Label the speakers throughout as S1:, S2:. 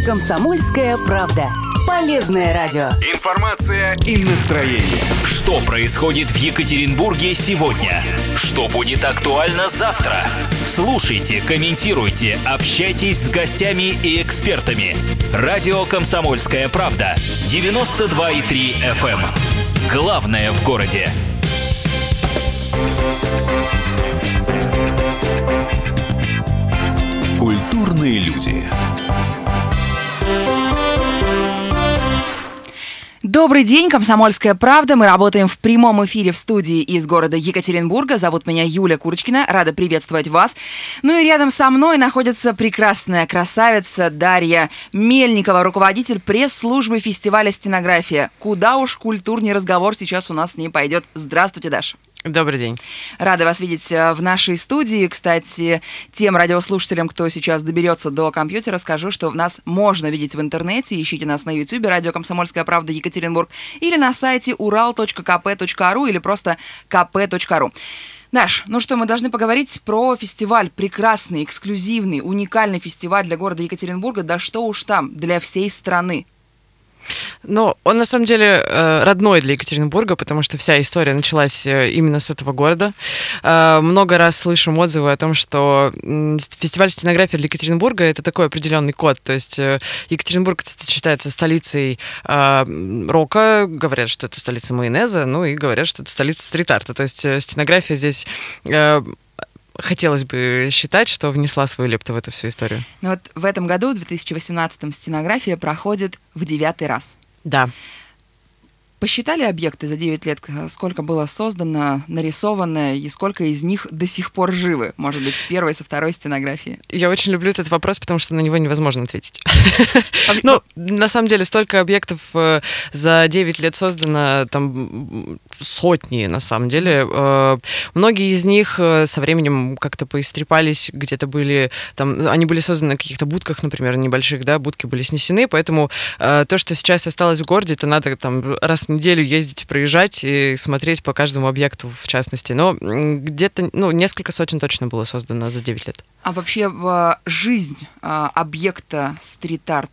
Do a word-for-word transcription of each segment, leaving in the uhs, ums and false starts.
S1: «Комсомольская правда». Полезное радио.
S2: Информация и настроение.
S3: Что происходит в Екатеринбурге сегодня? Что будет актуально завтра? Слушайте, комментируйте, общайтесь с гостями и экспертами. Радио «Комсомольская правда». девяносто два и три эф эм. Главное в городе.
S2: Культурные люди.
S4: Добрый день, «Комсомольская правда». Мы работаем в прямом эфире в студии из города Екатеринбурга. Зовут меня Юля Курочкина. Рада приветствовать вас. Ну и рядом со мной находится прекрасная красавица Дарья Мельникова, руководитель пресс-службы фестиваля «Стенография». Куда уж культурный разговор сейчас у нас с ней пойдет. Здравствуйте, Даша.
S5: Добрый день.
S4: Рада вас видеть в нашей студии. Кстати, тем радиослушателям, кто сейчас доберется до компьютера, скажу, что нас можно видеть в интернете. Ищите нас на ютубе «Радио Комсомольская правда Екатеринбург» или на сайте урал точка ка пэ точка ру или просто ка пэ точка ру. Даш, ну что, мы должны поговорить про фестиваль. Прекрасный, эксклюзивный, уникальный фестиваль для города Екатеринбурга. Да что уж там, для всей страны.
S5: Ну, он на самом деле родной для Екатеринбурга, потому что вся история началась именно с этого города. Много раз слышим отзывы о том, что фестиваль «Стенография» для Екатеринбурга — это такой определенный код. То есть Екатеринбург считается столицей рока, говорят, что это столица майонеза, ну и говорят, что это столица стрит-арта. То есть стенография здесь... Хотелось бы считать, что внесла свою лепту в эту всю историю.
S4: Ну вот в этом году, в две тысячи восемнадцатом, «Стенография» проходит в девятый раз.
S5: Да.
S4: Посчитали объекты за девять лет, сколько было создано, нарисовано, и сколько из них до сих пор живы? Может быть, с первой, со второй стенографии?
S5: Я очень люблю этот вопрос, потому что на него невозможно ответить. Ну, на самом деле, столько объектов за девять лет создано, там, сотни, на самом деле. Многие из них со временем как-то поистрепались, где-то были, там, они были созданы в каких-то будках, например, небольших, да, будки были снесены, поэтому то, что сейчас осталось в городе, это надо там раз в неделю ездить, проезжать и смотреть по каждому объекту в частности. Но где-то, ну, несколько сотен точно было создано за девять лет.
S4: А вообще жизнь объекта стрит-арт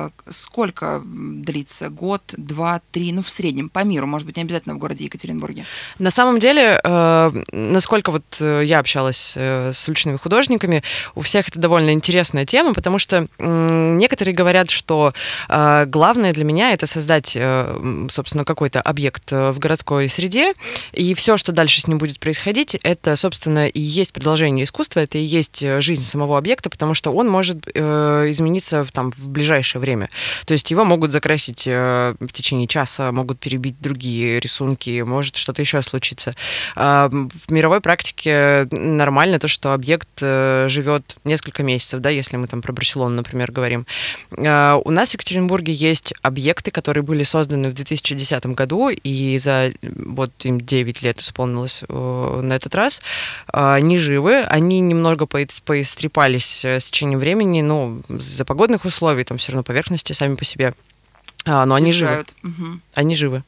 S4: сколько длится? Год, два, три? Ну, в среднем, по миру, может быть, не обязательно в городе Екатеринбурге.
S5: На самом деле, насколько вот я общалась с уличными художниками, у всех это довольно интересная тема, потому что некоторые говорят, что главное для меня — это создать, собственно, какой-то объект в городской среде, и все, что дальше с ним будет происходить, это, собственно, и есть продолжение искусства, это и есть жизнь самого объекта, потому что он может э, измениться там, в ближайшее время. То есть его могут закрасить э, в течение часа, могут перебить другие рисунки, может что-то еще случиться. Э, в мировой практике нормально то, что объект э, живет несколько месяцев, да, если мы там про Барселону, например, говорим. Э, у нас в Екатеринбурге есть объекты, которые были созданы в две тысячи десятом году, и за вот им девять лет исполнилось э, на этот раз. Э, они живы, они немного по поистрепались с течением времени, ну, из-за погодных условий, там все равно поверхности сами по себе, а, но они живы.
S4: Угу.
S5: Они живы.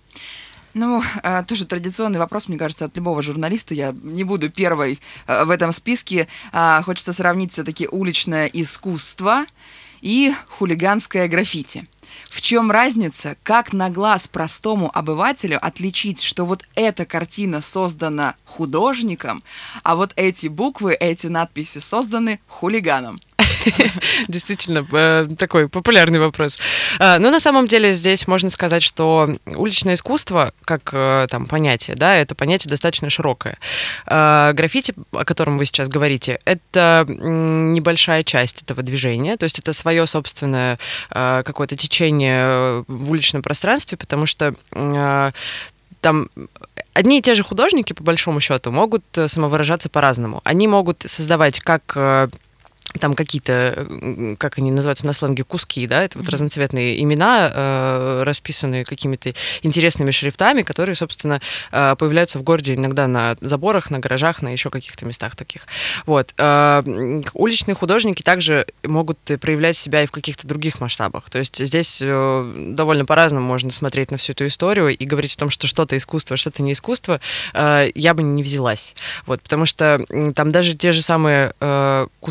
S4: Ну, тоже традиционный вопрос, мне кажется, от любого журналиста. Я не буду первой в этом списке. Хочется сравнить все-таки уличное искусство и хулиганское граффити. В чем разница, как на глаз простому обывателю отличить, что вот эта картина создана художником, а вот эти буквы, эти надписи созданы хулиганом?
S5: Действительно, такой популярный вопрос. Но на самом деле здесь можно сказать, что уличное искусство, как там понятие, да, это понятие достаточно широкое. Граффити, о котором вы сейчас говорите, это небольшая часть этого движения, то есть это свое собственное какое-то течение в уличном пространстве, потому что там одни и те же художники, по большому счету, могут самовыражаться по-разному. Они могут создавать как там какие-то, как они называются на сленге, куски, да, это вот mm-hmm. разноцветные имена, э, расписанные какими-то интересными шрифтами, которые, собственно, э, появляются в городе иногда на заборах, на гаражах, на еще каких-то местах таких. Вот. Э, уличные художники также могут проявлять себя и в каких-то других масштабах. То есть здесь э, довольно по-разному можно смотреть на всю эту историю и говорить о том, что что-то искусство, что-то не искусство, э, я бы не взялась. Вот, потому что там даже те же самые э, куски, опять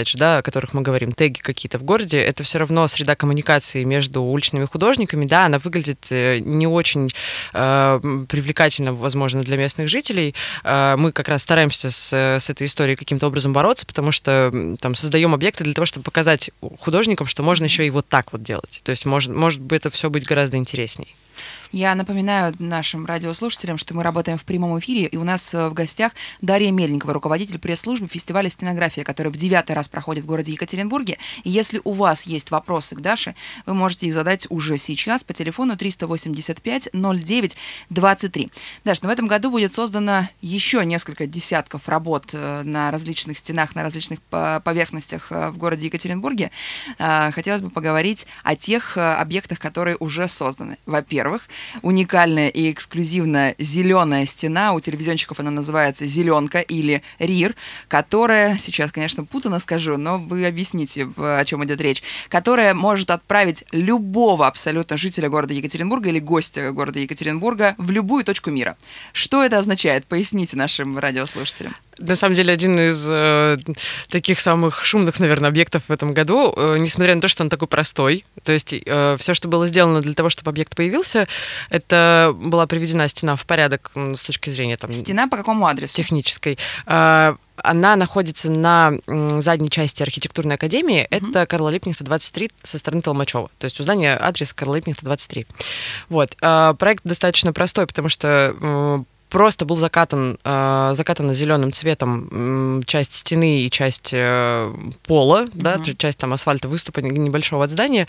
S5: опять же, да, о которых мы говорим, теги какие-то в городе, это все равно среда коммуникации между уличными художниками, да, она выглядит не очень э, привлекательно, возможно, для местных жителей. Э, мы как раз стараемся с, с этой историей каким-то образом бороться, потому что там создаем объекты для того, чтобы показать художникам, что можно еще и вот так вот делать. То есть может, может быть это все быть гораздо интересней.
S4: Я напоминаю нашим радиослушателям, что мы работаем в прямом эфире, и у нас в гостях Дарья Мельникова, руководитель пресс-службы фестиваля «Стенография», который в девятый раз проходит в городе Екатеринбурге. И если у вас есть вопросы к Даше, вы можете их задать уже сейчас по телефону триста восемьдесят пять ноль девять двадцать три. Даш, но в этом году будет создано еще несколько десятков работ на различных стенах, на различных поверхностях в городе Екатеринбурге. Хотелось бы поговорить о тех объектах, которые уже созданы. Во-первых, уникальная и эксклюзивная зеленая стена. У телевизионщиков она называется «Зеленка» или «Рир», которая, сейчас, конечно, путано скажу, но вы объясните, о чем идет речь, которая может отправить любого абсолютно жителя города Екатеринбурга или гостя города Екатеринбурга в любую точку мира. Что это означает? Поясните нашим радиослушателям.
S5: На самом деле, один из э, таких самых шумных, наверное, объектов в этом году, э, несмотря на то, что он такой простой, то есть э, все, что было сделано для того, чтобы объект появился, это была приведена стена в порядок с точки зрения там,
S4: стена по какому адресу?
S5: Технической. Э, она находится на э, задней части архитектурной академии, mm-hmm. это Карла Липкнехта, двадцать три, со стороны Толмачева. То есть у здания адрес Карла Липкнехта, двадцать три. Вот. Э, проект достаточно простой, потому что э, просто был закатан, э, закатана зеленым цветом э, часть стены и часть э, пола, mm-hmm. да, часть там асфальта, выступа небольшого от здания.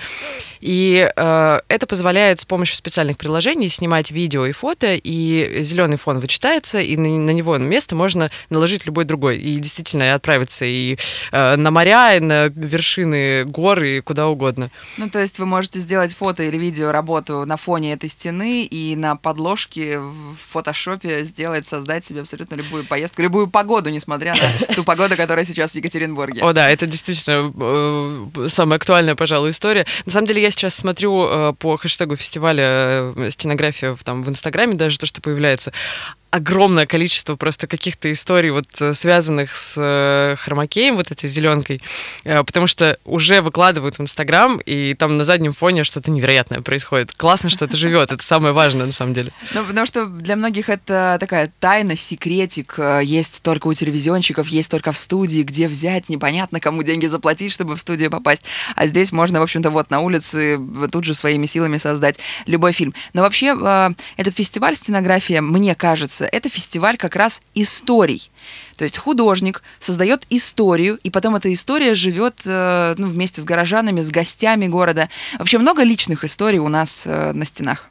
S5: И э, это позволяет с помощью специальных приложений снимать видео и фото, и зеленый фон вычитается, и на, на него место можно наложить любой другой. И действительно отправиться и э, на моря, и на вершины гор, и куда угодно.
S4: Ну, то есть вы можете сделать фото или видео работу на фоне этой стены и на подложке в фотошопе сделать, создать себе абсолютно любую поездку, любую погоду, несмотря на ту погоду, которая сейчас в Екатеринбурге.
S5: О, да, это действительно э, самая актуальная, пожалуй, история. На самом деле, я сейчас смотрю э, по хэштегу фестиваля э, «Стенография» там, в Инстаграме, даже то, что появляется, огромное количество просто каких-то историй, вот, связанных с э, хромакеем, вот этой зеленкой, э, потому что уже выкладывают в Инстаграм, и там на заднем фоне что-то невероятное происходит. Классно, что это живет, это самое важное на самом деле.
S4: Ну, потому что для многих это такая тайна, секретик, есть только у телевизионщиков, есть только в студии, где взять, непонятно, кому деньги заплатить, чтобы в студию попасть. А здесь можно, в общем-то, вот на улице тут же своими силами создать любой фильм. Но вообще э, этот фестиваль «Стенография», мне кажется, это фестиваль как раз историй. То есть художник создает историю, и потом эта история живет э, ну, вместе с горожанами, с гостями города. Вообще много личных историй у нас э, на стенах.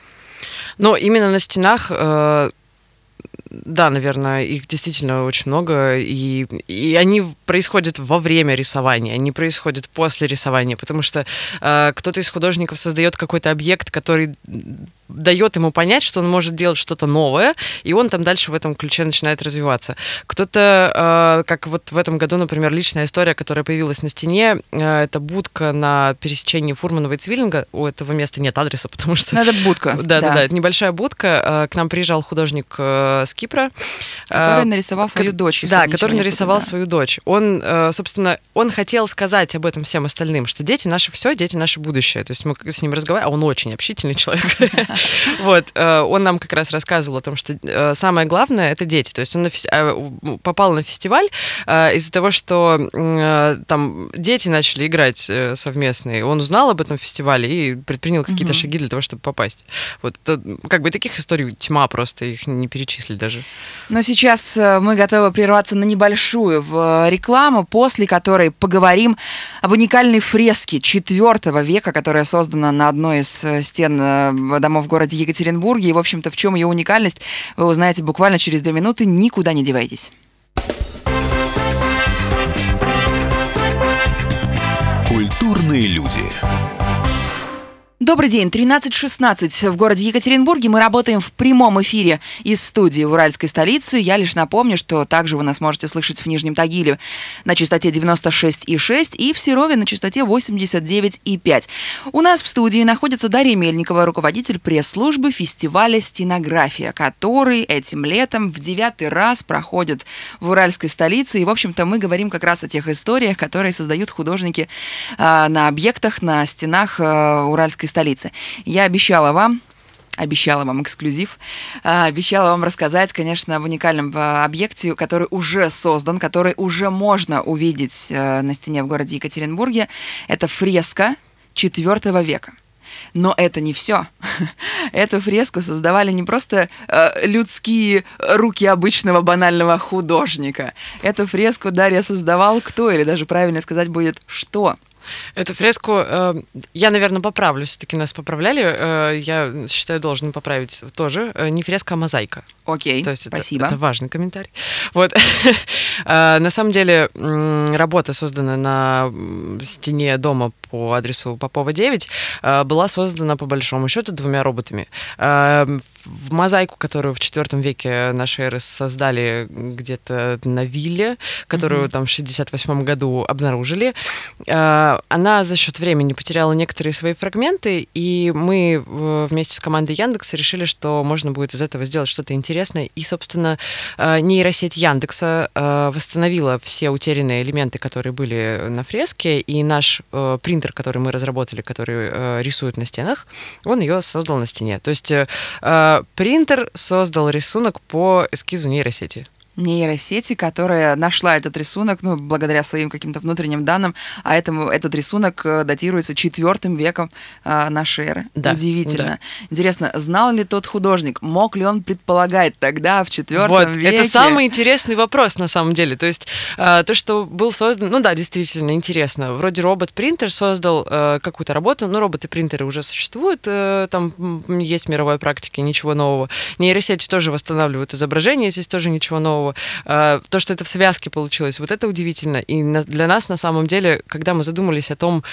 S5: Но именно на стенах, э, да, наверное, их действительно очень много, и, и они происходят во время рисования, они происходят после рисования, потому что э, кто-то из художников создает какой-то объект, который дает ему понять, что он может делать что-то новое, и он там дальше в этом ключе начинает развиваться. Кто-то, э, как вот в этом году, например, личная история, которая появилась на стене, э, это будка на пересечении Фурманова и Цвиллинга. У этого места нет адреса, потому что...
S4: Ну, это будка.
S5: Да, да, да, да, это небольшая будка. Э, к нам приезжал художник э, с Кипра.
S4: Который э, нарисовал свою дочь.
S5: Да, который нарисовал путаю, да. свою дочь. Он, э, собственно, он хотел сказать об этом всем остальным, что дети наше все, дети наше будущее. То есть мы с ним разговаривали, а он очень общительный человек. Вот, он нам как раз рассказывал о том, что самое главное — это дети. То есть он попал на фестиваль из-за того, что там дети начали играть совместные. Он узнал об этом фестивале и предпринял какие-то шаги для того, чтобы попасть. Вот, как бы таких историй тьма, просто их не перечислить даже.
S4: Но сейчас мы готовы прерваться на небольшую рекламу, после которой поговорим об уникальной фреске четвёртого века, которая создана на одной из стен домов в городе Екатеринбурге. И, в общем-то, в чем ее уникальность, вы узнаете буквально через две минуты. Никуда не девайтесь.
S2: Культурные люди.
S4: Добрый день, тринадцать шестнадцать в городе Екатеринбурге. Мы работаем в прямом эфире из студии в уральской столице. Я лишь напомню, что также вы нас можете слышать в Нижнем Тагиле на частоте девяносто шесть и шесть и в Серове на частоте восемьдесят девять и пять. У нас в студии находится Дарья Мельникова, руководитель пресс-службы фестиваля «Стенография», который этим летом в девятый раз проходит в уральской столице. И, в общем-то, мы говорим как раз о тех историях, которые создают художники э, на объектах, на стенах э, уральской столицы. столицы. Я обещала вам, обещала вам эксклюзив, обещала вам рассказать, конечно, об уникальном объекте, который уже создан, который уже можно увидеть на стене в городе Екатеринбурге. Это фреска четвёртого века. Но это не все. Эту фреску создавали не просто э, людские руки обычного банального художника. Эту фреску Дарья создавал кто, или даже правильно сказать будет что?
S5: Эту фреску, э, я, наверное, поправлю, все-таки нас поправляли, э, я считаю, должен поправить тоже, э, не фреска, а мозаика.
S4: Окей,
S5: То есть
S4: спасибо.
S5: Это, это важный комментарий. Вот. На самом деле, работа, созданная на стене дома по адресу Попова девять, была создана, по большому счету, двумя роботами. В мозаику, которую в четвёртом веке нашей эры создали где-то на вилле, которую mm-hmm. там в шестьдесят восьмом году обнаружили, она за счет времени потеряла некоторые свои фрагменты, и мы вместе с командой Яндекса решили, что можно будет из этого сделать что-то интересное. И, собственно, нейросеть Яндекса восстановила все утерянные элементы, которые были на фреске, и наш принтер, который мы разработали, который рисует на стенах, он ее создал на стене. То есть принтер создал рисунок по эскизу нейросети.
S4: Нейросети, которая нашла этот рисунок, ну, благодаря своим каким-то внутренним данным, а этому, этот рисунок датируется четвертым веком а, нашей эры.
S5: Да,
S4: удивительно.
S5: Да.
S4: Интересно, знал ли тот художник, мог ли он предполагать тогда, в четвертом
S5: вот,
S4: веке?
S5: Это самый интересный вопрос, на самом деле. То есть а, то, что был создан, ну да, действительно интересно. Вроде робот-принтер создал а, какую-то работу, но роботы-принтеры уже существуют, а, там есть мировой практики, ничего нового. Нейросети тоже восстанавливают изображения, здесь тоже ничего нового. То, что это в связке получилось, вот это удивительно. И для нас, на самом деле, когда мы задумались о том,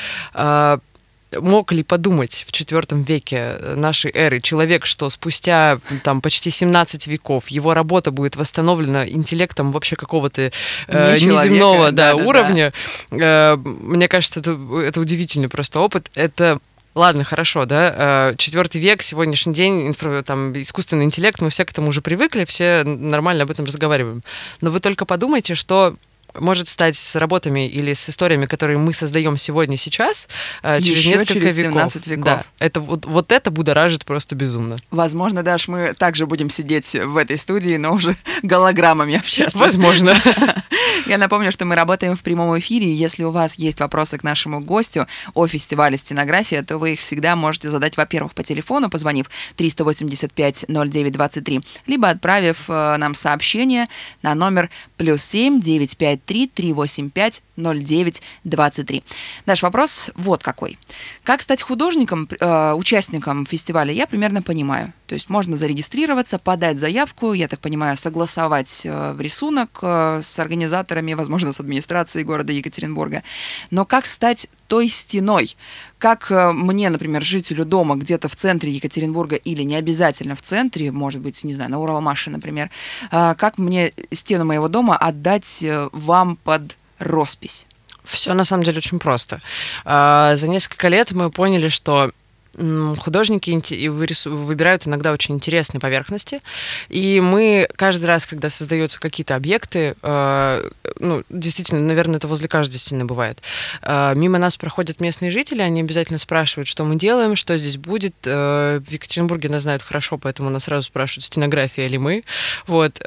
S5: мог ли подумать в четвертом веке нашей эры человек, что спустя там, почти семнадцать веков его работа будет восстановлена интеллектом вообще какого-то э, неземного да, да, уровня, да. Э, мне кажется, это, это удивительный просто опыт. Это Ладно, хорошо, да, четвертый век, сегодняшний день, инфра, там, искусственный интеллект, мы все к этому уже привыкли, все нормально об этом разговариваем. Но вы только подумайте, что может стать с работами или с историями, которые мы создаем сегодня, сейчас, через
S4: Еще
S5: несколько
S4: через
S5: веков.
S4: семнадцать веков.
S5: Да, это, вот, вот это будоражит просто безумно.
S4: Возможно, Даш, мы также будем сидеть в этой студии, но уже голограммами общаться.
S5: Возможно.
S4: Я напомню, что мы работаем в прямом эфире, и если у вас есть вопросы к нашему гостю о фестивале «Стенография», то вы их всегда можете задать, во-первых, по телефону, позвонив триста восемьдесят пять ноль девять двадцать три, либо отправив нам сообщение на номер плюс семь девять пять три три восемь пять ноль девять двадцать три. Наш вопрос вот какой. Как стать художником, э, участником фестиваля, я примерно понимаю. То есть можно зарегистрироваться, подать заявку, я так понимаю, согласовать э, рисунок э, с организаторами, возможно, с администрацией города Екатеринбурга. Но как стать той стеной? Как э, мне, например, жителю дома где-то в центре Екатеринбурга или не обязательно в центре, может быть, не знаю, на Уралмаше, например, э, как мне стену моего дома отдать э, вам под роспись?
S5: Все на самом деле очень просто. За несколько лет мы поняли, что художники выбирают иногда очень интересные поверхности, и мы каждый раз, когда создаются какие-то объекты, ну, действительно, наверное, это возле каждой стены бывает, мимо нас проходят местные жители, они обязательно спрашивают, что мы делаем, что здесь будет. В Екатеринбурге нас знают хорошо, поэтому нас сразу спрашивают, стенография или мы. Вот.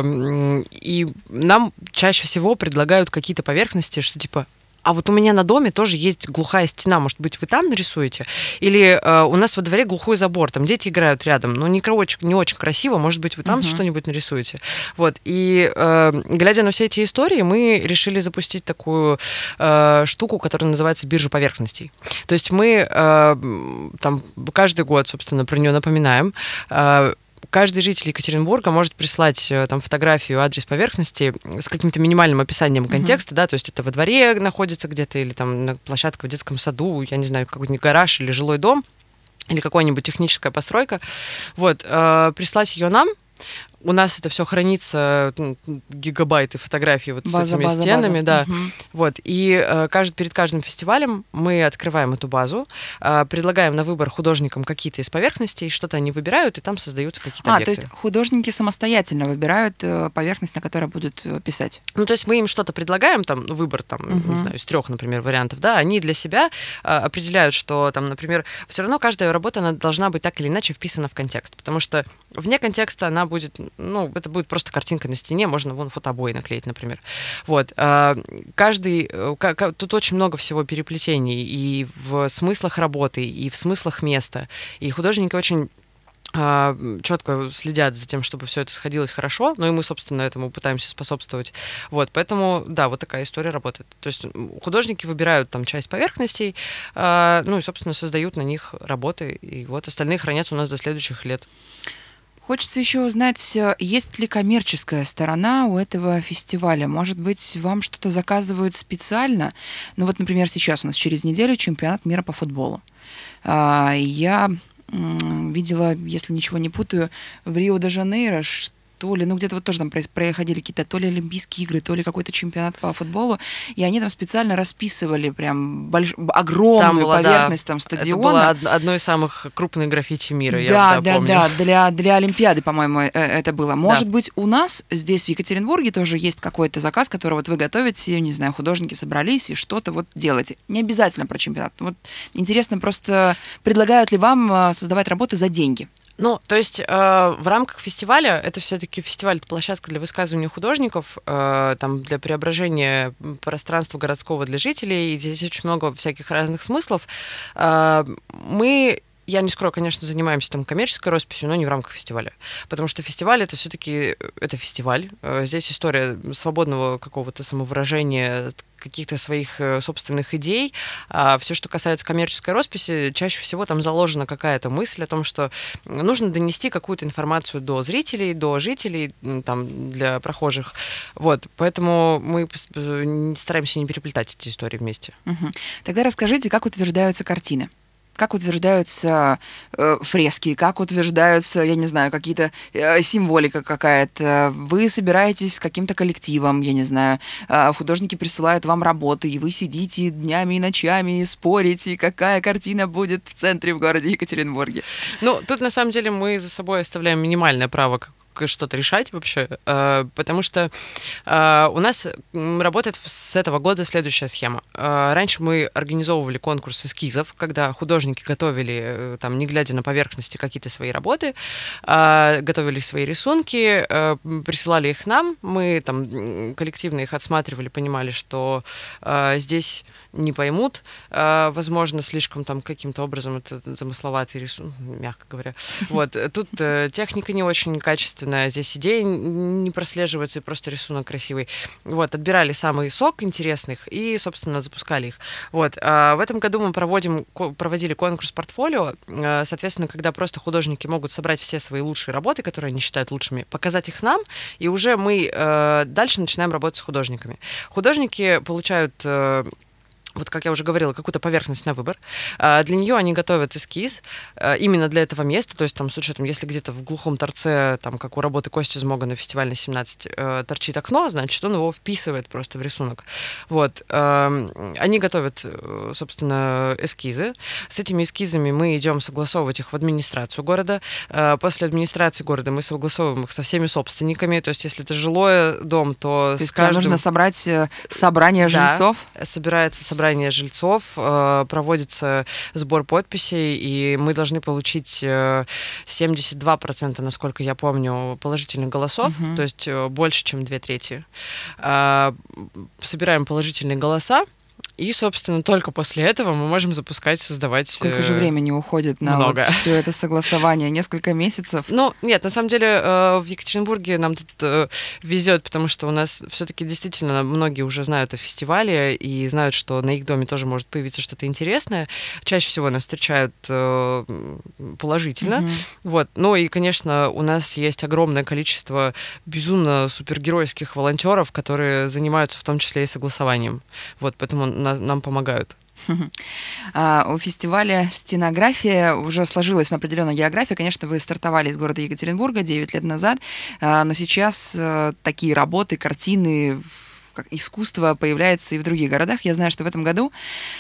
S5: И нам чаще всего предлагают какие-то поверхности, что типа а вот у меня на доме тоже есть глухая стена, может быть, вы там нарисуете? Или э, у нас во дворе глухой забор, там дети играют рядом, но не, очень, не очень красиво, может быть, вы там uh-huh. что-нибудь нарисуете? Вот, и э, глядя на все эти истории, мы решили запустить такую э, штуку, которая называется биржа поверхностей. То есть мы э, там каждый год, собственно, про нее напоминаем. Э, Каждый житель Екатеринбурга может прислать там фотографию, адрес поверхности с каким-то минимальным описанием контекста, uh-huh. да, то есть это во дворе находится где-то или там на площадке в детском саду, я не знаю, какой-нибудь гараж или жилой дом. или какая-нибудь техническая постройка. Вот, э, прислать ее нам. У нас это все хранится, ну, гигабайты фотографий вот база, с этими база, стенами, база. Да. Угу. Вот. И э, кажд, перед каждым фестивалем мы открываем эту базу, э, предлагаем на выбор художникам какие-то из поверхностей, что-то они выбирают, и там создаются какие-то
S4: а,
S5: объекты.
S4: То есть художники самостоятельно выбирают э, поверхность, на которой будут писать?
S5: Ну, то есть мы им что-то предлагаем, там, выбор, там, угу. не знаю, из трех, например, вариантов, да, они для себя э, определяют, что, там, например, все равно каждая работа, она должна быть так или иначе вписана в контекст, потому что вне контекста она будет, ну, это будет просто картинка на стене, можно вон фотообои наклеить, например. Вот. Каждый, тут очень много всего переплетений и в смыслах работы, и в смыслах места. И художники очень четко следят за тем, чтобы все это сходилось хорошо, ну и мы, собственно, этому пытаемся способствовать. Вот, поэтому, да, вот такая история работает. То есть художники выбирают там часть поверхностей, ну и, собственно, создают на них работы, и вот остальные хранятся у нас до следующих лет.
S4: Хочется еще узнать, есть ли коммерческая сторона у этого фестиваля? Может быть, вам что-то заказывают специально? Ну вот, например, сейчас у нас через неделю чемпионат мира по футболу. Я видела, если ничего не путаю, в Рио-де-Жанейро, то ли, ну где-то вот тоже там проходили какие-то то ли Олимпийские игры, то ли какой-то чемпионат по футболу, и они там специально расписывали прям больш... огромную там была, поверхность да, там стадиона.
S5: Это было одно из самых крупных граффити мира,
S4: да,
S5: я
S4: да,
S5: да, помню.
S4: Да, для, для Олимпиады, по-моему, это было. Может да. быть, у нас здесь, в Екатеринбурге, тоже есть какой-то заказ, который вот вы готовите, не знаю, художники собрались и что-то вот делаете. Не обязательно про чемпионат. Вот интересно просто, предлагают ли вам создавать работы за деньги?
S5: Ну, то есть э, в рамках фестиваля, это все-таки фестиваль, это площадка для высказывания художников, э, там, для преображения пространства городского для жителей, и здесь очень много всяких разных смыслов. Э, мы... Я не скрою, конечно, занимаемся там коммерческой росписью, но не в рамках фестиваля. Потому что фестиваль — это все-таки это фестиваль. Здесь история свободного какого-то самовыражения, каких-то своих собственных идей. А все, что касается коммерческой росписи, чаще всего там заложена какая-то мысль о том, что нужно донести какую-то информацию до зрителей, до жителей, там, для прохожих. Вот. Поэтому мы стараемся не переплетать эти истории вместе.
S4: Угу. Тогда расскажите, как утверждаются картины? Как утверждаются э, фрески, как утверждаются, я не знаю, какие-то э, символика какая-то. Вы собираетесь с каким-то коллективом, я не знаю, э, художники присылают вам работы, и вы сидите днями и ночами и спорите, какая картина будет в центре в городе Екатеринбурге.
S5: Ну, тут на самом деле мы за собой оставляем минимальное право что-то решать вообще, потому что у нас работает с этого года следующая схема. Раньше мы организовывали конкурс эскизов, когда художники готовили, там, не глядя на поверхности, какие-то свои работы, готовили свои рисунки, присылали их нам, мы там коллективно их отсматривали, понимали, что здесь не поймут, возможно, слишком там каким-то образом это замысловатый рисунок, мягко говоря. Вот. Тут техника не очень качественная, здесь идеи не прослеживаются, и просто рисунок красивый. Вот, отбирали самый сок интересных и, собственно, запускали их. Вот. А в этом году мы проводим, проводили конкурс портфолио, соответственно, когда просто художники могут собрать все свои лучшие работы, которые они считают лучшими, показать их нам, и уже мы дальше начинаем работать с художниками. Художники получают... Вот, как я уже говорила, какую-то поверхность на выбор. Для нее они готовят эскиз именно для этого места, то есть там с учетом, если где-то в глухом торце, там, как у работы Кости Змога на фестивале семнадцать, торчит окно, значит, он его вписывает просто в рисунок. Вот. Они готовят, собственно, эскизы. С этими эскизами мы идем согласовывать их в администрацию города. После администрации города мы согласовываем их со всеми собственниками, то есть если это жилой дом, то,
S4: то
S5: с каждым...
S4: нужно собрать собрание
S5: да,
S4: жильцов?
S5: собирается собрание собрание жильцов, проводится сбор подписей, и мы должны получить семьдесят два процента, насколько я помню, положительных голосов, угу. то есть больше, чем две трети. Собираем положительные голоса, и, собственно, только после этого мы можем запускать, создавать...
S4: Сколько же времени уходит на вот все это согласование? Несколько месяцев?
S5: Ну, нет, на самом деле в Екатеринбурге нам тут везет, потому что у нас все-таки действительно многие уже знают о фестивале и знают, что на их доме тоже может появиться что-то интересное. Чаще всего нас встречают положительно. Mm-hmm. Вот. Ну и, конечно, у нас есть огромное количество безумно супергеройских волонтеров, которые занимаются в том числе и согласованием. Вот, поэтому нам помогают.
S4: У фестиваля «Стенография» уже сложилась определенная география. Конечно, вы стартовали из города Екатеринбурга девять лет назад, но сейчас такие работы, картины, как искусство появляется и в других городах. Я знаю, что в этом году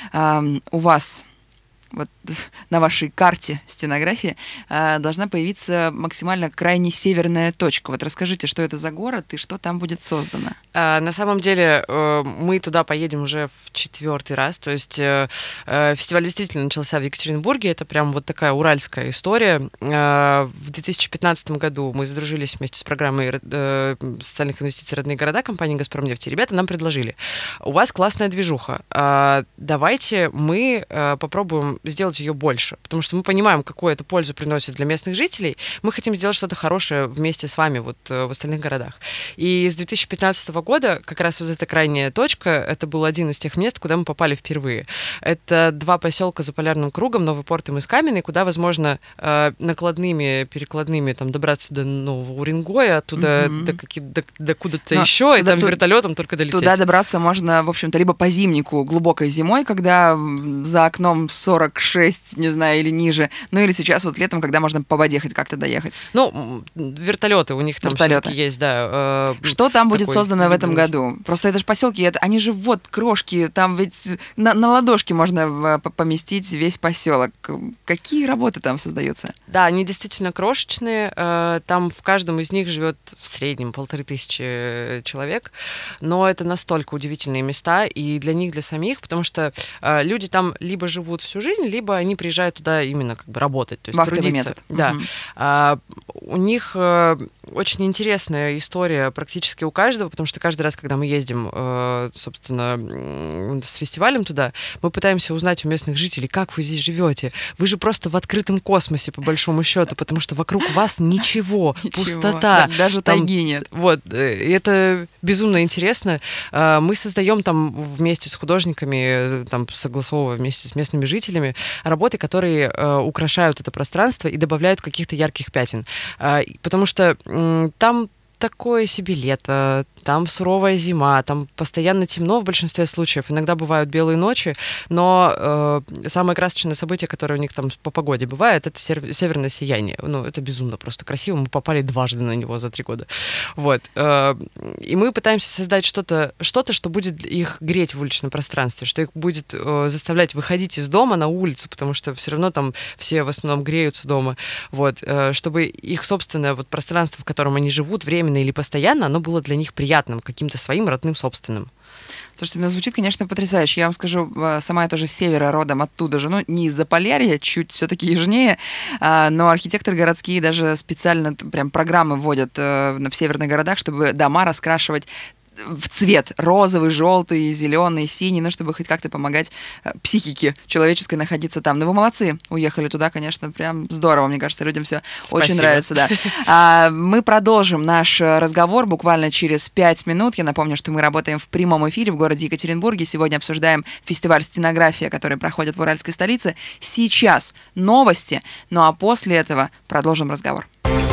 S4: у вас... Вот на вашей карте стенографии э, должна появиться максимально крайне северная точка. Вот расскажите, что это за город и что там будет создано?
S5: А, на самом деле э, мы туда поедем уже в четвертый раз. То есть э, э, фестиваль действительно начался в Екатеринбурге. Это прям вот такая уральская история. Э, в две тысячи пятнадцатом году мы задружились вместе с программой э, социальных инвестиций «Родные города» компании «Газпромнефть». И ребята нам предложили: у вас классная движуха. Э, давайте мы э, попробуем сделать ее больше, потому что мы понимаем, какую это пользу приносит для местных жителей. Мы хотим сделать что-то хорошее вместе с вами вот в остальных городах. И с две тысячи пятнадцатого года как раз вот эта крайняя точка, это был один из тех мест, куда мы попали впервые. Это два поселка за полярным кругом, Новый Порт и Мыс-Каменный, куда возможно накладными, перекладными там добраться до Нового Уренгоя, оттуда mm-hmm. до, каки, до, до куда-то Но еще, и там ту, вертолетом только долететь.
S4: Туда добраться можно, в общем-то, либо по зимнику глубокой зимой, когда за окном сорок шесть, не знаю, или ниже. Ну или сейчас вот летом, когда можно по воде хоть как-то доехать.
S5: Ну, вертолеты у них там все-таки есть, да.
S4: Э, Что там будет создано в этом году? Просто это же поселки, это, они же вот крошки, там ведь на, на ладошке можно поместить весь поселок. Какие работы там создаются?
S5: Да, они действительно крошечные. Э, там в каждом из них живет в среднем полторы тысячи человек, но это настолько удивительные места и для них, для самих, потому что э, люди там либо живут всю жизнь, либо они приезжают туда именно как бы работать, то есть
S4: вахтовый
S5: трудиться.
S4: Метод.
S5: Да.
S4: Угу.
S5: А, у них а, очень интересная история практически у каждого, потому что каждый раз, когда мы ездим, а, собственно, с фестивалем туда, мы пытаемся узнать у местных жителей, как вы здесь живете. Вы же просто в открытом космосе, по большому счету, потому что вокруг вас ничего, пустота.
S4: Даже тайги нет.
S5: Вот, и это безумно интересно. Мы создаем там вместе с художниками, там, согласовывая вместе с местными жителями, работы, которые э, украшают это пространство и добавляют каких-то ярких пятен. Э, потому что э, там такое себе лето, там суровая зима, там постоянно темно в большинстве случаев, иногда бывают белые ночи, но э, самое красочное событие, которое у них там по погоде бывает, это сер- северное сияние. Ну, это безумно просто красиво, мы попали дважды на него за три года. Вот. Э, и мы пытаемся создать что-то, что-то, что будет их греть в уличном пространстве, что их будет э, заставлять выходить из дома на улицу, потому что все равно там все в основном греются дома. Вот. Э, чтобы их собственное вот пространство, в котором они живут, временно или постоянно, оно было для них приятным, каким-то своим родным, собственным.
S4: Слушайте, ну звучит, конечно, потрясающе. Я вам скажу, сама я тоже с севера родом, оттуда же, ну, не из-за Полярья, чуть все-таки южнее, но архитекторы городские даже специально прям программы вводят в северных городах, чтобы дома раскрашивать в цвет розовый, желтый, зеленый, синий, ну, чтобы хоть как-то помогать психике человеческой находиться там. Ну, вы молодцы, уехали туда, конечно, прям здорово, мне кажется, людям все очень нравится, да. А, мы продолжим наш разговор буквально через пять минут. Я напомню, что мы работаем в прямом эфире в городе Екатеринбурге. Сегодня обсуждаем фестиваль «Стенография», который проходит в уральской столице. Сейчас новости, ну а после этого продолжим разговор.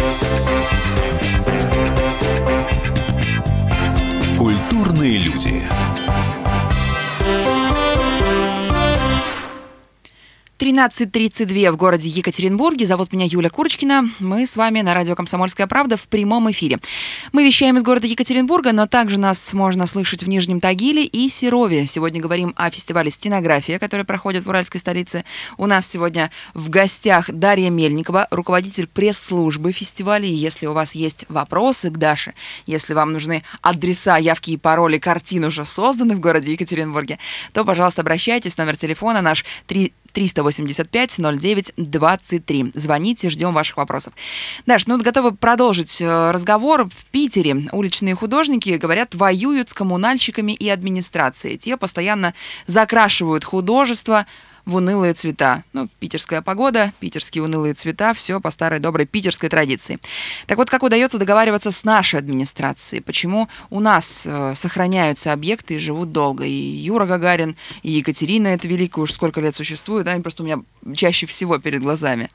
S2: Культурные люди.
S4: тринадцать тридцать два в городе Екатеринбурге. Зовут меня Юля Курочкина. Мы с вами на радио «Комсомольская правда» в прямом эфире. Мы вещаем из города Екатеринбурга, но также нас можно слышать в Нижнем Тагиле и Серове. Сегодня говорим о фестивале «Стенография», который проходит в уральской столице. У нас сегодня в гостях Дарья Мельникова, руководитель пресс-службы фестиваля. И если у вас есть вопросы к Даше, если вам нужны адреса, явки и пароли картин, уже созданы в городе Екатеринбурге, то, пожалуйста, обращайтесь. Номер телефона наш три триста восемьдесят пять ноль девять двадцать три. Звоните, ждем ваших вопросов. Даш, ну вот готовы продолжить разговор. В Питере уличные художники, говорят, воюют с коммунальщиками и администрацией. Те постоянно закрашивают художество в унылые цвета. Ну, питерская погода, питерские унылые цвета, все по старой доброй питерской традиции. Так вот, как удается договариваться с нашей администрацией? Почему у нас э, сохраняются объекты и живут долго? И Юра Гагарин, и Екатерина, это великая, уж сколько лет существует, они просто у меня чаще всего перед глазами.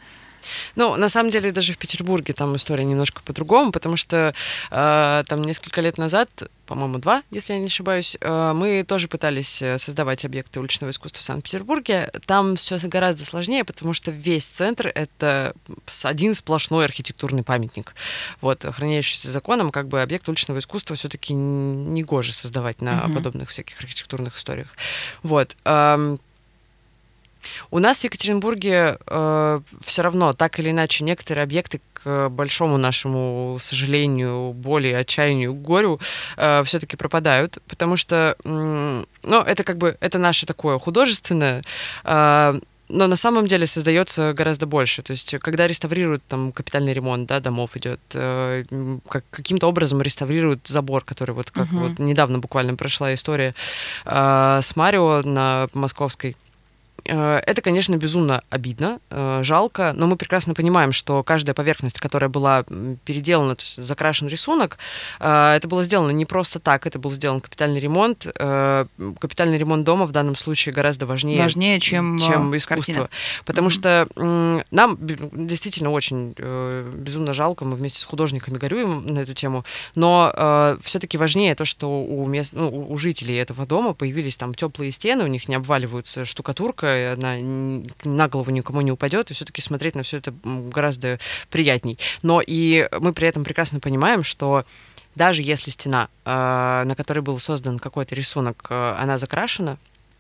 S5: Ну, на самом деле, даже в Петербурге там история немножко по-другому, потому что э, там несколько лет назад, по-моему, два, если я не ошибаюсь, э, мы тоже пытались создавать объекты уличного искусства в Санкт-Петербурге. Там все гораздо сложнее, потому что весь центр — это один сплошной архитектурный памятник, вот, охраняющийся законом, как бы объект уличного искусства все-таки не гоже создавать на mm-hmm. подобных всяких архитектурных историях. Вот. Э, У нас в Екатеринбурге э, все равно, так или иначе, некоторые объекты, к большому нашему сожалению, боли, отчаянию, горю, э, все-таки пропадают, потому что, э, ну, это как бы, это наше такое художественное, э, но на самом деле создается гораздо больше. То есть, когда реставрируют, там, капитальный ремонт, да, домов идет, э, как, каким-то образом реставрируют забор, который вот, как uh-huh. вот недавно буквально прошла история э, с Марио на Московской. Это, конечно, безумно обидно, жалко, но мы прекрасно понимаем, что каждая поверхность, которая была переделана, то есть закрашен рисунок, это было сделано не просто так, это был сделан капитальный ремонт. Капитальный ремонт дома в данном случае гораздо важнее,
S4: важнее чем,
S5: чем искусство.
S4: Картина.
S5: Потому
S4: mm-hmm.
S5: что нам действительно очень безумно жалко, мы вместе с художниками горюем на эту тему, но все-таки важнее то, что у, мест, ну, у жителей этого дома появились там теплые стены, у них не обваливаются штукатурка, она на голову никому не упадет, и все-таки смотреть на все это гораздо приятней. Но и мы при этом прекрасно понимаем, что даже если стена, на которой был создан какой-то рисунок, она закрашена,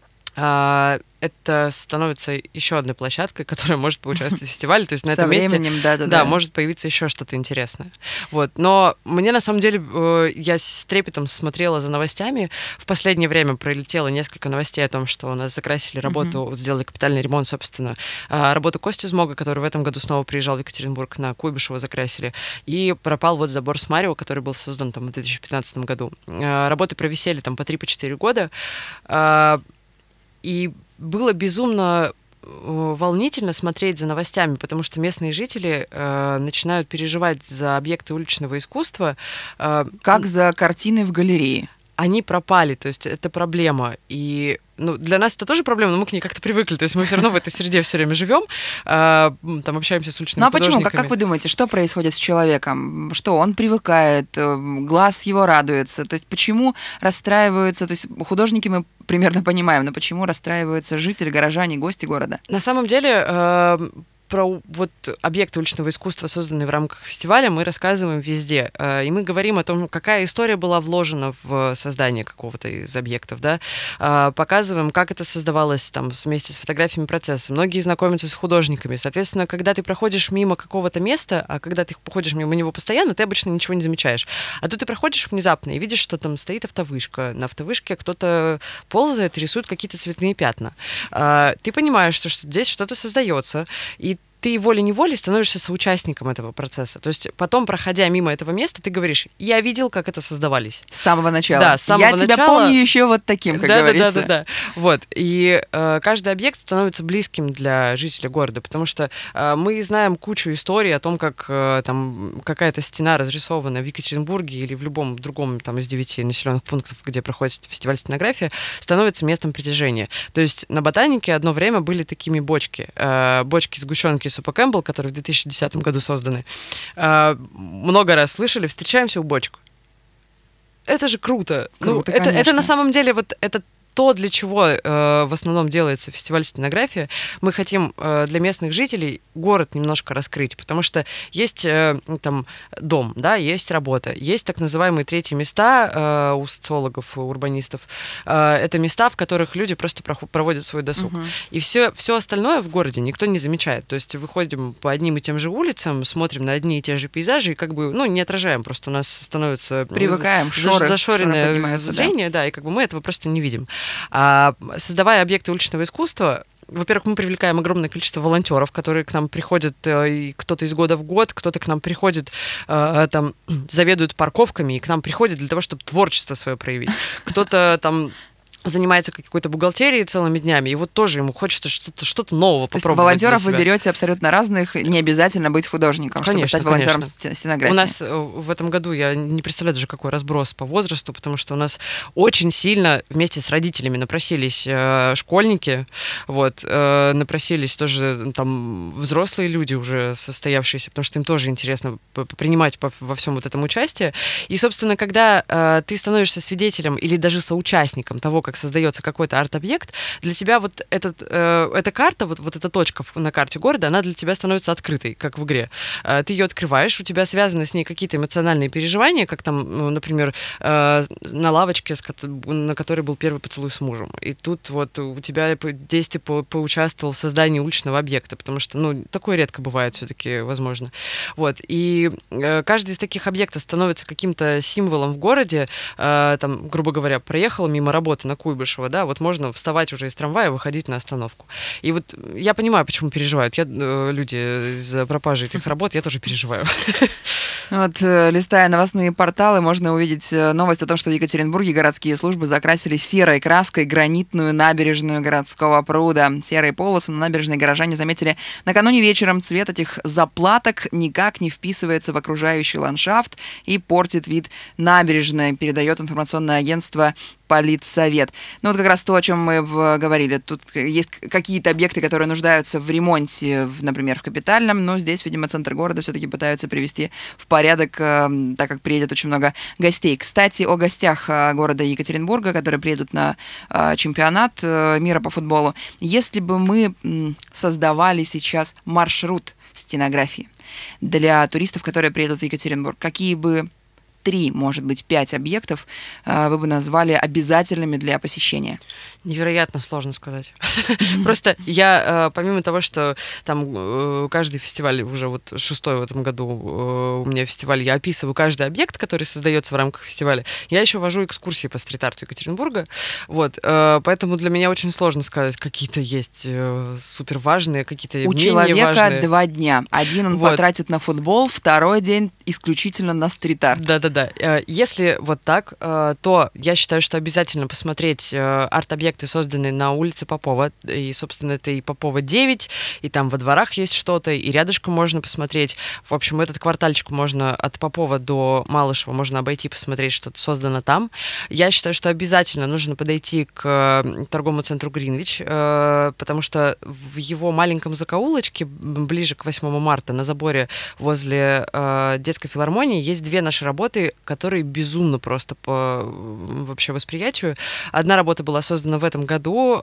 S5: это становится еще одной площадкой, которая может поучаствовать в фестивале. То есть на этом месте
S4: да, да,
S5: да,
S4: да.
S5: может появиться еще что-то интересное. Вот. Но мне на самом деле, я с трепетом смотрела за новостями. В последнее время пролетело несколько новостей о том, что у нас закрасили работу, uh-huh. сделали капитальный ремонт, собственно, работу Кости Змога, который в этом году снова приезжал в Екатеринбург, на Куйбышева закрасили. И пропал вот забор с Марио, который был создан там в две тысячи пятнадцатом году. Работы провисели там по три-четыре года. И было безумно волнительно смотреть за новостями, потому что местные жители э, начинают переживать за объекты уличного искусства. Э,
S4: как за картины в галерее.
S5: Они пропали, то есть это проблема. И ну, для нас это тоже проблема, но мы к ней как-то привыкли. То есть мы все равно в этой среде все время живем, э, там общаемся с уличными
S4: ну, а
S5: художниками.
S4: почему? Как, как вы думаете, что происходит с человеком? Что он привыкает, глаз его радуется? То есть почему расстраиваются? То есть художники мы примерно понимаем, но почему расстраиваются жители, горожане, гости города?
S5: На самом деле э, про вот объекты уличного искусства, созданные в рамках фестиваля, мы рассказываем везде. И мы говорим о том, какая история была вложена в создание какого-то из объектов, да? Показываем, как это создавалось там вместе с фотографиями процесса. Многие знакомятся с художниками. Соответственно, когда ты проходишь мимо какого-то места, а когда ты походишь мимо него постоянно, ты обычно ничего не замечаешь. А тут ты проходишь внезапно и видишь, что там стоит автовышка. На автовышке кто-то ползает, рисует какие-то цветные пятна. Ты понимаешь, что здесь что-то создается, и ты волей-неволей становишься соучастником этого процесса. То есть потом, проходя мимо этого места, ты говоришь, я видел, как это создавались.
S4: С самого начала.
S5: Да, с самого
S4: я
S5: начала.
S4: Я тебя помню еще вот таким, как
S5: да,
S4: говорится.
S5: Да, да, да, да. Вот. И э, каждый объект становится близким для жителей города, потому что э, мы знаем кучу историй о том, как э, там какая-то стена разрисована в Екатеринбурге или в любом другом там, из девяти населенных пунктов, где проходит фестиваль стенографии, становится местом притяжения. То есть на Ботанике одно время были такими бочки. Э, бочки сгущенки Супа Кэмпбелл, которые в две тысячи десятом году созданы. Э, много раз слышали, встречаемся у бочек. Это же круто.
S4: Круто,
S5: ну, это,
S4: конечно.
S5: это на самом деле вот это то, для чего э, в основном делается фестиваль стенографии. Мы хотим э, для местных жителей город немножко раскрыть, потому что есть э, там дом, да, есть работа, есть так называемые третьи места э, у социологов, у урбанистов. Э, это места, в которых люди просто проводят свой досуг. Uh-huh. И все, все остальное в городе никто не замечает. То есть выходим по одним и тем же улицам, смотрим на одни и те же пейзажи, и как бы, ну, не отражаем, просто у нас становится
S4: Привыкаем, шоры,
S5: зашоренное
S4: шоры
S5: зрение, да. да, и как бы мы этого просто не видим. А, создавая объекты уличного искусства, во-первых, мы привлекаем огромное количество волонтеров, которые к нам приходят, и кто-то из года в год, кто-то к нам приходит, там, заведует парковками, и к нам приходит для того, чтобы творчество свое проявить. Кто-то там занимается какой-то бухгалтерией целыми днями, и вот тоже ему хочется что-то, что-то нового
S4: То
S5: попробовать.
S4: Волонтеров вы берете абсолютно разных, не обязательно быть художником,
S5: конечно,
S4: чтобы стать волонтером
S5: конечно.
S4: стенографии.
S5: У нас в этом году, я не представляю даже, какой разброс по возрасту, потому что у нас очень сильно вместе с родителями напросились э, школьники, вот, э, напросились тоже там взрослые люди уже состоявшиеся, потому что им тоже интересно принимать во всем вот этом участие. И, собственно, когда э, ты становишься свидетелем или даже соучастником того, как создается какой-то арт-объект, для тебя вот этот, э, эта карта, вот, вот эта точка на карте города, она для тебя становится открытой, как в игре. Э, ты ее открываешь, у тебя связаны с ней какие-то эмоциональные переживания, как там, ну, например, э, на лавочке, на которой был первый поцелуй с мужем. И тут вот у тебя действие по, поучаствовал в создании уличного объекта, потому что, ну, такое редко бывает все-таки возможно. Вот. И э, каждый из таких объектов становится каким-то символом в городе, э, там, грубо говоря, проехал мимо работы на Куйбышева, да, вот можно вставать уже из трамвая, выходить на остановку. И вот я понимаю, почему переживают я, люди из-за пропажи этих работ, я тоже переживаю.
S4: Вот, листая новостные порталы, можно увидеть новость о том, что в Екатеринбурге городские службы закрасили серой краской гранитную набережную городского пруда. Серые полосы на набережной горожане заметили накануне вечером. Цвет этих заплаток никак не вписывается в окружающий ландшафт и портит вид набережной, передает информационное агентство Политсовет. Ну вот как раз то, о чем мы говорили. Тут есть какие-то объекты, которые нуждаются в ремонте, например, в Капитальном, но здесь, видимо, центр города все-таки пытаются привести в порядок, так как приедет очень много гостей. Кстати, о гостях города Екатеринбурга, которые приедут на чемпионат мира по футболу. Если бы мы создавали сейчас маршрут стенографии для туристов, которые приедут в Екатеринбург, какие бы три, может быть, пять объектов вы бы назвали обязательными для посещения?
S5: Невероятно сложно сказать. Просто я, помимо того, что там каждый фестиваль, уже вот шестой в этом году у меня фестиваль, я описываю каждый объект, который создается в рамках фестиваля, я еще вожу экскурсии по стрит-арту Екатеринбурга. Вот, поэтому для меня очень сложно сказать, какие-то есть супер важные, какие-то менее важные.
S4: У человека два дня. Один он вот потратит на футбол, второй день исключительно на стрит-арт.
S5: Да-да-да. Если вот так, то я считаю, что обязательно посмотреть арт-объекты, созданные на улице Попова. И, собственно, это и Попова девять, и там во дворах есть что-то, и рядышком можно посмотреть. В общем, этот квартальчик можно от Попова до Малышева можно обойти, посмотреть, что-то создано там. Я считаю, что обязательно нужно подойти к торговому центру Гринвич, потому что в его маленьком закоулочке, ближе к восьмому марта, на заборе возле детской филармонии, есть две наши работы, которые безумно просто по вообще восприятию. Одна работа была создана в этом году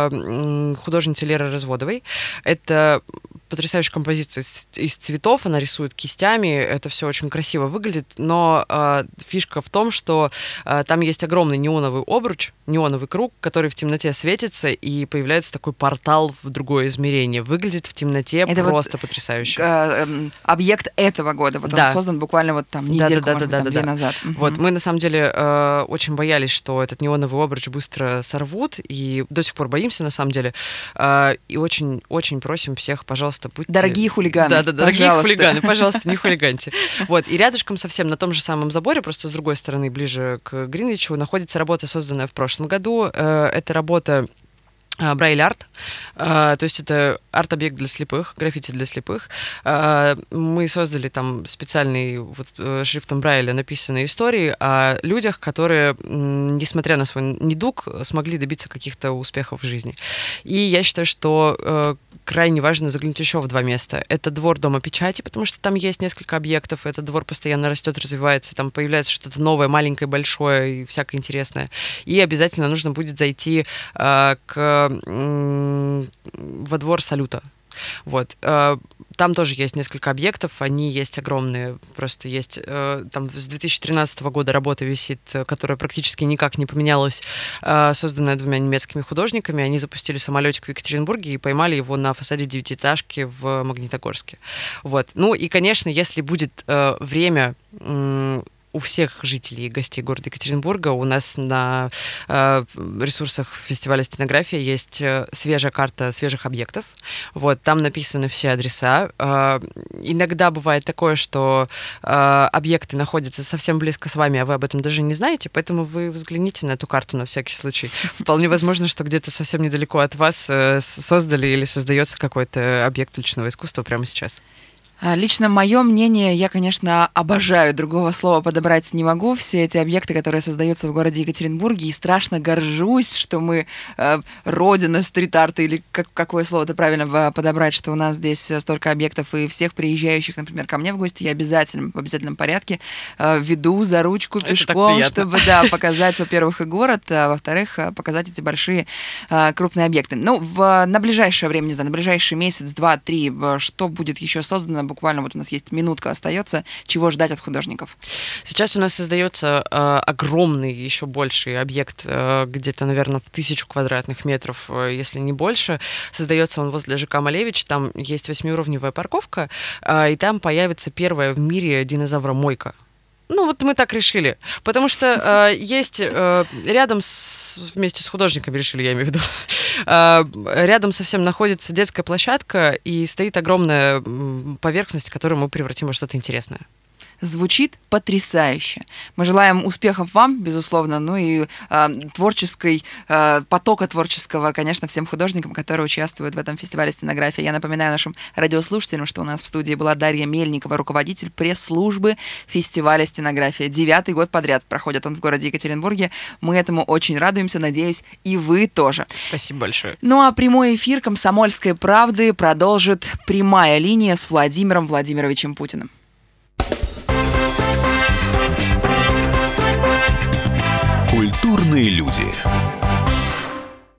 S5: э, художницей Лерой Разводовой. Это потрясающая композиция из, из цветов, она рисует кистями, это все очень красиво выглядит, но э, фишка в том, что э, там есть огромный неоновый обруч, неоновый круг, который в темноте светится, и появляется такой портал в другое измерение. Выглядит в темноте это просто вот потрясающе.
S4: Э, э, объект этого года, вот да. Он создан буквально вот там недельку, да, да, может да, быть, да, там, да, две да. назад.
S5: Вот, угу. Мы на самом деле э, очень боялись, что этот неоновый обруч быстро сорвут, и до сих пор боимся, на самом деле, э, и очень-очень просим всех, пожалуйста, будьте...
S4: Дорогие хулиганы,
S5: Да, да, дорогие
S4: пожалуйста.
S5: хулиганы, пожалуйста, не хулиганьте. Вот, и рядышком совсем на том же самом заборе, просто с другой стороны, ближе к Гринвичу, находится работа, созданная в прошлом году. Э, это работа Брайль-арт, то есть это арт-объект для слепых, граффити для слепых. Мы создали там специальный вот, шрифтом Брайля написанные истории о людях, которые, несмотря на свой недуг, смогли добиться каких-то успехов в жизни. И я считаю, что крайне важно заглянуть еще в два места. Это двор Дома печати, потому что там есть несколько объектов, этот двор постоянно растет, развивается, там появляется что-то новое, маленькое, большое и всякое интересное. И обязательно нужно будет зайти к во двор Салюта. Вот. Там тоже есть несколько объектов, они есть огромные, просто есть, там с две тысячи тринадцатого года работа висит, которая практически никак не поменялась, созданная двумя немецкими художниками. Они запустили самолетик в Екатеринбурге и поймали его на фасаде девятиэтажки в Магнитогорске. Вот. Ну и, конечно, если будет время у всех жителей и гостей города Екатеринбурга. У нас на э, ресурсах фестиваля стенографии есть свежая карта свежих объектов. Вот, там написаны все адреса. Э, иногда бывает такое, что э, объекты находятся совсем близко с вами, а вы об этом даже не знаете, поэтому вы взгляните на эту карту на всякий случай. Вполне возможно, что где-то совсем недалеко от вас э, создали или создается какой-то объект личного искусства прямо сейчас.
S4: Лично мое мнение, я, конечно, обожаю, другого слова подобрать не могу, все эти объекты, которые создаются в городе Екатеринбурге, и страшно горжусь, что мы э, родина стрит-арта, или как, какое слово-то правильно подобрать, что у нас здесь столько объектов, и всех приезжающих, например, ко мне в гости, я обязательно, в обязательном порядке э, веду за ручку пешком, чтобы, да, показать, во-первых, и город, а во-вторых, показать эти большие э, крупные объекты. Ну, в, на ближайшее время, не знаю, на ближайший месяц, два, три, что будет еще создано? Буквально вот у нас есть минутка остается. Чего ждать от художников?
S5: Сейчас у нас создается э, огромный, еще больший объект, э, где-то, наверное, в тысячу квадратных метров, э, если не больше. Создается он возле ЖК Малевич. Там есть восьмиуровневая парковка, э, и там появится первая в мире динозавра-мойка. Ну, вот мы так решили. Потому что э, есть э, рядом, с, вместе с художниками решили, я имею в виду, э, рядом совсем находится детская площадка, и стоит огромная поверхность, которую мы превратим во что-то интересное.
S4: Звучит потрясающе. Мы желаем успехов вам, безусловно, ну и э, творческой, э, потока творческого, конечно, всем художникам, которые участвуют в этом фестивале стенографии. Я напоминаю нашим радиослушателям, что у нас в студии была Дарья Мельникова, руководитель пресс-службы фестиваля стенография. Девятый год подряд проходит он в городе Екатеринбурге. Мы этому очень радуемся, надеюсь, и вы тоже.
S5: Спасибо большое.
S4: Ну а прямой эфир «Комсомольской правды» продолжит прямая линия с Владимиром Владимировичем Путиным.
S2: Культурные люди.